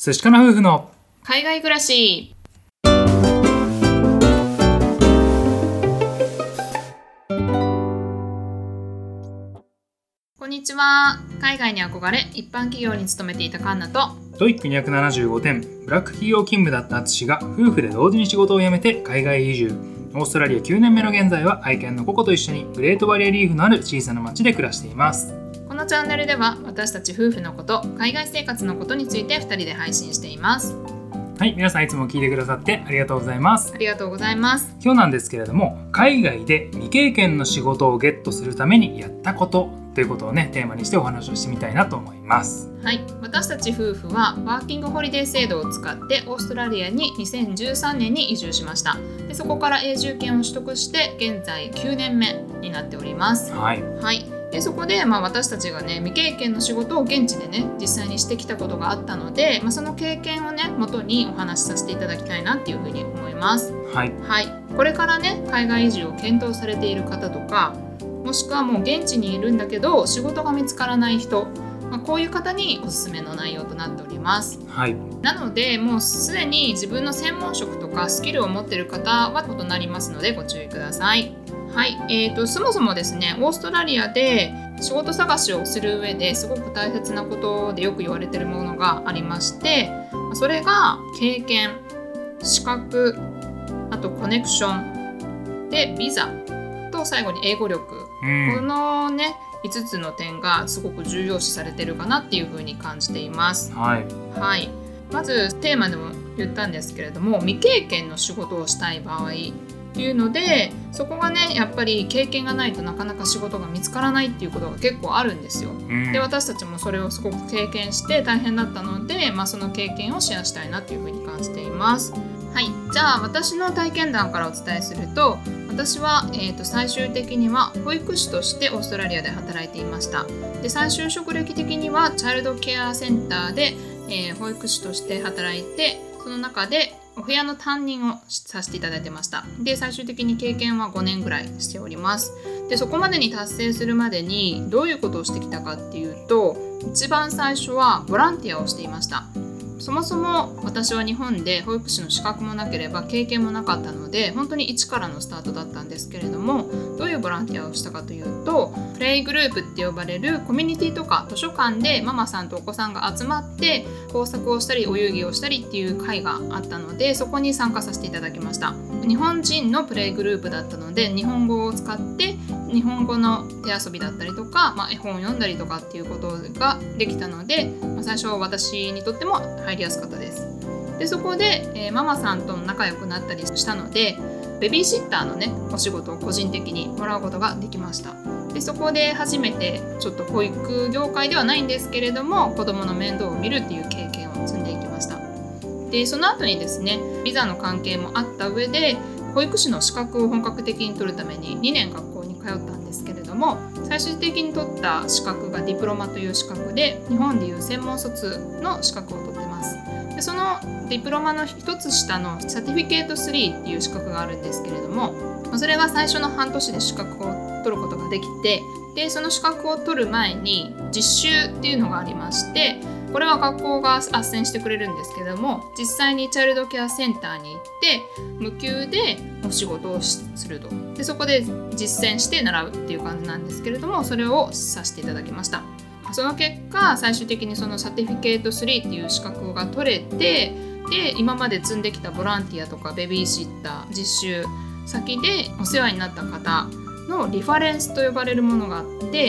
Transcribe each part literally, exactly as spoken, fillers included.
寿司かな夫婦の海外暮らし。こんにちは。海外に憧れ一般企業に勤めていたカンナと、 トイックにひゃくななじゅうごてんブラック企業勤務だった淳が夫婦で同時に仕事を辞めて海外移住。オーストラリアきゅうねんめの現在は愛犬のココと一緒にグレートバリアリーフのある小さな町で暮らしています。 このチャンネルでは私たち夫婦のこと、海外生活のことについてふたりで配信しています。 はい、皆さんいつも聞いてくださってありがとうございます。 ありがとうございます。 今日なんですけれども、海外で未経験の仕事をゲットするためにやったことということをねテーマにしてお話をしてみたいなと思います。 はい、私たち夫婦はワーキングホリデー制度を使ってオーストラリアににせんじゅうさんねんに移住しました。でそこから永住権を取得して現在きゅうねんめになっております。 はい、 はいでそこで、まあ、私たちがね未経験の仕事を現地でね実際にしてきたことがあったので、まあ、その経験をね元にお話しさせていただきたいなっていうふうに思います。 はいはい、これからね海外移住を検討されている方とか、もしくはもう現地にいるんだけど仕事が見つからない人、まあ、こういう方におすすめの内容となっております。 はい、 なのでもうすでに自分の専門職とかスキルを持っている方は異なりますのでご注意ください。はい、えーと、そもそもですねオーストラリアで仕事探しをする上ですごく大切なことでよく言われているものがありまして、それが経験、資格、あとコネクションでビザと最後に英語力、うん、このねいつつの点がすごく重要視されているかなっていうふうに感じています。 はい、 はい、まずテーマでも言ったんですけれども、未経験の仕事をしたい場合っていうので、そこがねやっぱり経験がないとなかなか仕事が見つからないっていうことが結構あるんですよ、うん、で私たちもそれをすごく経験して大変だったので、まあ、その経験をシェアしたいなっていうふうに感じています。はい、じゃあ私の体験談からお伝えすると、私は、えーと、最終的には保育士としてオーストラリアで働いていました。で最終職歴的にはチャイルドケアセンターで、えー、保育士として働いて、その中でお部屋の担任をさせていただいてました。で最終的に経験はごねんぐらいしております。でそこまでに達成するまでにどういうことをしてきたかっていうと、一番最初はボランティアをしていました。そもそも私は日本で保育士の資格もなければ経験もなかったので、本当に一からのスタートだったんですけれども、どういうボランティアをしたかというと、プレイグループって呼ばれるコミュニティとか図書館でママさんとお子さんが集まって工作をしたりお遊戯をしたりっていう会があったので、そこに参加させていただきました。日本人のプレイグループだったので、日本語を使って日本語の手遊びだったりとか、まあ、絵本を読んだりとかっていうことができたので、まあ、最初私にとっても入りやすかったです。でそこで、えー、ママさんと仲良くなったりしたので、ベビーシッターのねお仕事を個人的にもらうことができました。でそこで初めてちょっと保育業界ではないんですけれども、子どもの面倒を見るっていう経験を積んでいきました。でその後にですねビザの関係もあった上で保育士の資格を本格的に取るためににねん学校に通ったんですけれども、最終的に取った資格がディプロマという資格で、日本でいう専門卒の資格を取ってます。でそのディプロマの一つ下のサティフィケートスリーっていう資格があるんですけれども、それが最初の半年で資格を取ることができて、でその資格を取る前に実習っていうのがありまして、これは学校が斡旋してくれるんですけども、実際にチャイルドケアセンターに行って無給でお仕事をすると。でそこで実践して習うっていう感じなんですけれども、それをさせていただきました。その結果最終的にそのサティフィケートスリーっていう資格が取れて、で今まで積んできたボランティアとかベビーシッター、実習先でお世話になった方のリファレンスと呼ばれるものがあって、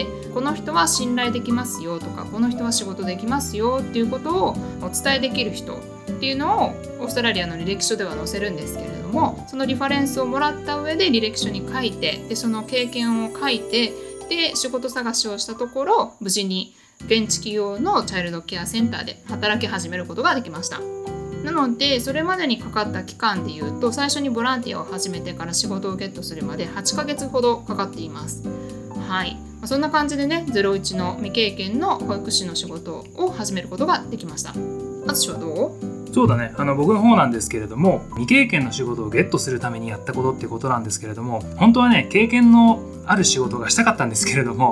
この人は信頼できますよとか、この人は仕事できますよっていうことをお伝えできる人っていうのをオーストラリアの履歴書では載せるんですけれども、そのリファレンスをもらった上で履歴書に書いて、でその経験を書いて、で仕事探しをしたところ無事に現地企業のチャイルドケアセンターで働き始めることができました。なのでそれまでにかかった期間でいうと、最初にボランティアを始めてから仕事をゲットするまではちかげつほどかかっています。はい、そんな感じでねゼロイチの未経験の保育士の仕事を始めることができました。あつしはどう？ そうだね、あの僕の方なんですけれども、未経験の仕事をゲットするためにやったことっていうことなんですけれども、本当はね経験のある仕事がしたかったんですけれども、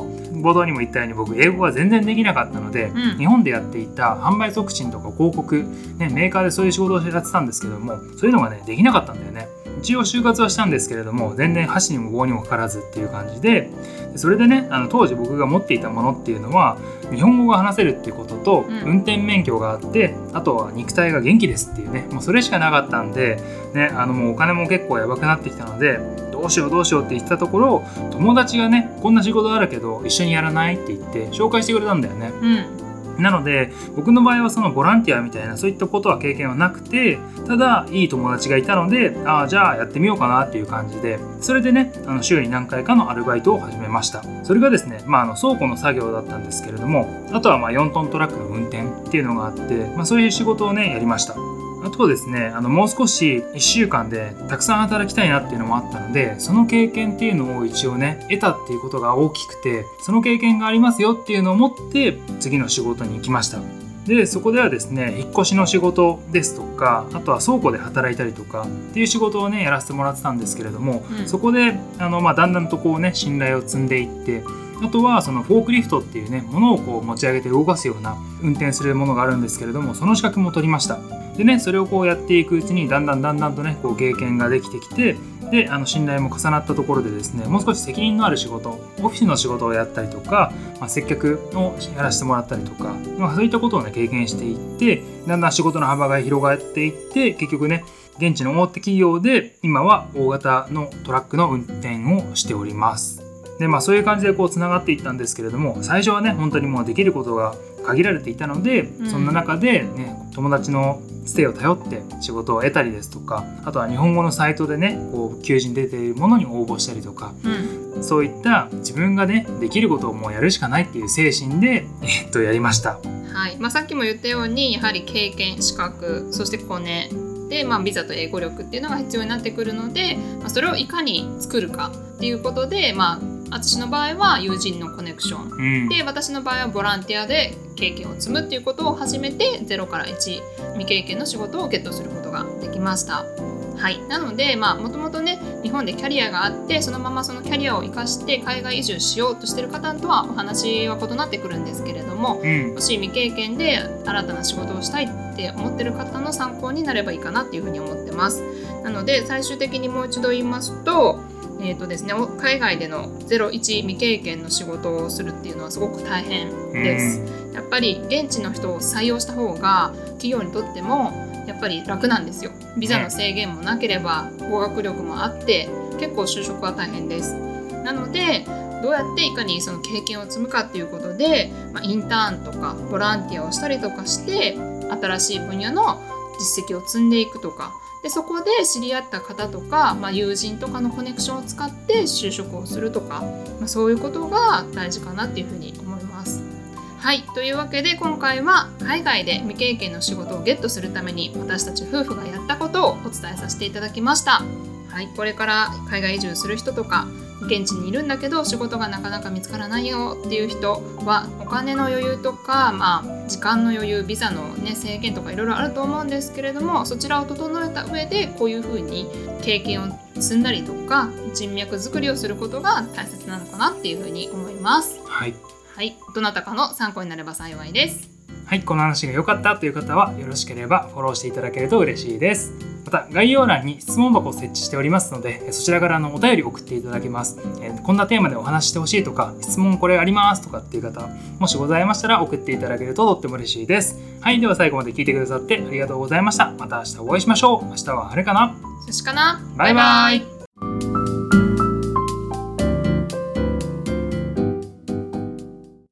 冒頭にも言ったように僕英語が全然できなかったので、 うん、 日本でやっていた販売促進とか広告、ね、メーカーでそういう仕事をやってたんですけども、そういうのがねできなかったんだよね。一応就活はしたんですけれども、全然箸にも棒にもかからずっていう感じで、それでね、あの当時僕が持っていたものっていうのは日本語が話せるっていうことと、うん、運転免許があって、あとは肉体が元気ですっていうね、もうそれしかなかったんで、ね、あのもうお金も結構やばくなってきたので、どうしようどうしようって言ってたところ、友達がね、こんな仕事あるけど一緒にやらないって言って紹介してくれたんだよね。うん、なので僕の場合はそのボランティアみたいなそういったことは経験はなくて、ただいい友達がいたので、ああじゃあやってみようかなっていう感じで、それでね、あの週に何回かのアルバイトを始めました。それがですね、まあ、あの倉庫の作業だったんですけれども、あとはまあよんトントラックの運転っていうのがあって、まあ、そういう仕事をねやりました。あとですね、あのもう少しいっしゅうかんでたくさん働きたいなっていうのもあったので、その経験っていうのを一応ね得たっていうことが大きくて、その経験がありますよっていうのを持って次の仕事に行きました。でそこではですね、引っ越しの仕事ですとか、あとは倉庫で働いたりとかっていう仕事をねやらせてもらってたんですけれども、うん、そこであの、まあ、だんだんとこうね信頼を積んでいって、あとはそのフォークリフトっていうね、物をこう持ち上げて動かすような運転するものがあるんですけれども、その資格も取りました。でね、それをこうやっていくうちにだんだんだんだんとねこう経験ができてきて、であの信頼も重なったところでですね、もう少し責任のある仕事、オフィスの仕事をやったりとか、まあ、接客をやらせてもらったりとか、まあ、そういったことをね経験していって、だんだん仕事の幅が広がっていって、結局ね現地の大手企業で今は大型のトラックの運転をしております。でまあ、そういう感じでこうつながっていったんですけれども、最初はね本当にもうできることが限られていたので、うん、そんな中で、ね、友達のつてを頼って仕事を得たりですとか、あとは日本語のサイトでねこう求人出ているものに応募したりとか、うん、そういった自分がねできることをもうやるしかないっていう精神で、えっと、やりました。 はいまあ、さっきも言ったように、やはり経験、資格、そしてコネで、まあ、ビザと英語力っていうのが必要になってくるので、まあ、それをいかに作るかっていうことで、まあ私の場合は友人のコネクション、うん、で私の場合はボランティアで経験を積むっていうことを始めて、ゼロからいち未経験の仕事をゲットすることができました。はい、なのでもともとね日本でキャリアがあって、そのままそのキャリアを生かして海外移住しようとしている方とはお話は異なってくるんですけれども、うん、もし未経験で新たな仕事をしたいって思ってる方の参考になればいいかなっていうふうに思ってます。なので最終的にもう一度言いますと、えーとですね、海外でのゼロいち未経験の仕事をするっていうのはすごく大変です。やっぱり現地の人を採用した方が企業にとってもやっぱり楽なんですよ。ビザの制限もなければ語学力もあって結構就職は大変です。なのでどうやっていかにその経験を積むかっていうことで、まあ、インターンとかボランティアをしたりとかして新しい分野の実績を積んでいくとかで、そこで知り合った方とか、まあ、友人とかのコネクションを使って就職をするとか、まあ、そういうことが大事かなっていうふうに思います。はい、というわけで今回は海外で未経験の仕事をゲットするために私たち夫婦がやったことをお伝えさせていただきました。はい、これから海外移住する人とか現地にいるんだけど仕事がなかなか見つからないよっていう人は、お金の余裕とか、まあ、時間の余裕、ビザの、ね、制限とかいろいろあると思うんですけれども、そちらを整えた上でこういうふうに経験を積んだりとか人脈作りをすることが大切なのかなっていうふうに思います。 はい、 はい、どなたかの参考になれば幸いです。 はい、この話が良かったという方はよろしければフォローしていただけると嬉しいです。また概要欄に質問箱を設置しておりますので、そちらからのお便り送っていただけます。えー、こんなテーマでお話ししてほしいとか、質問これありますとかっていう方、もしございましたら送っていただけるととっても嬉しいです。はい、では最後まで聞いてくださってありがとうございました。また明日お会いしましょう。明日は晴れかな？ 寿司かな？ バイバイ。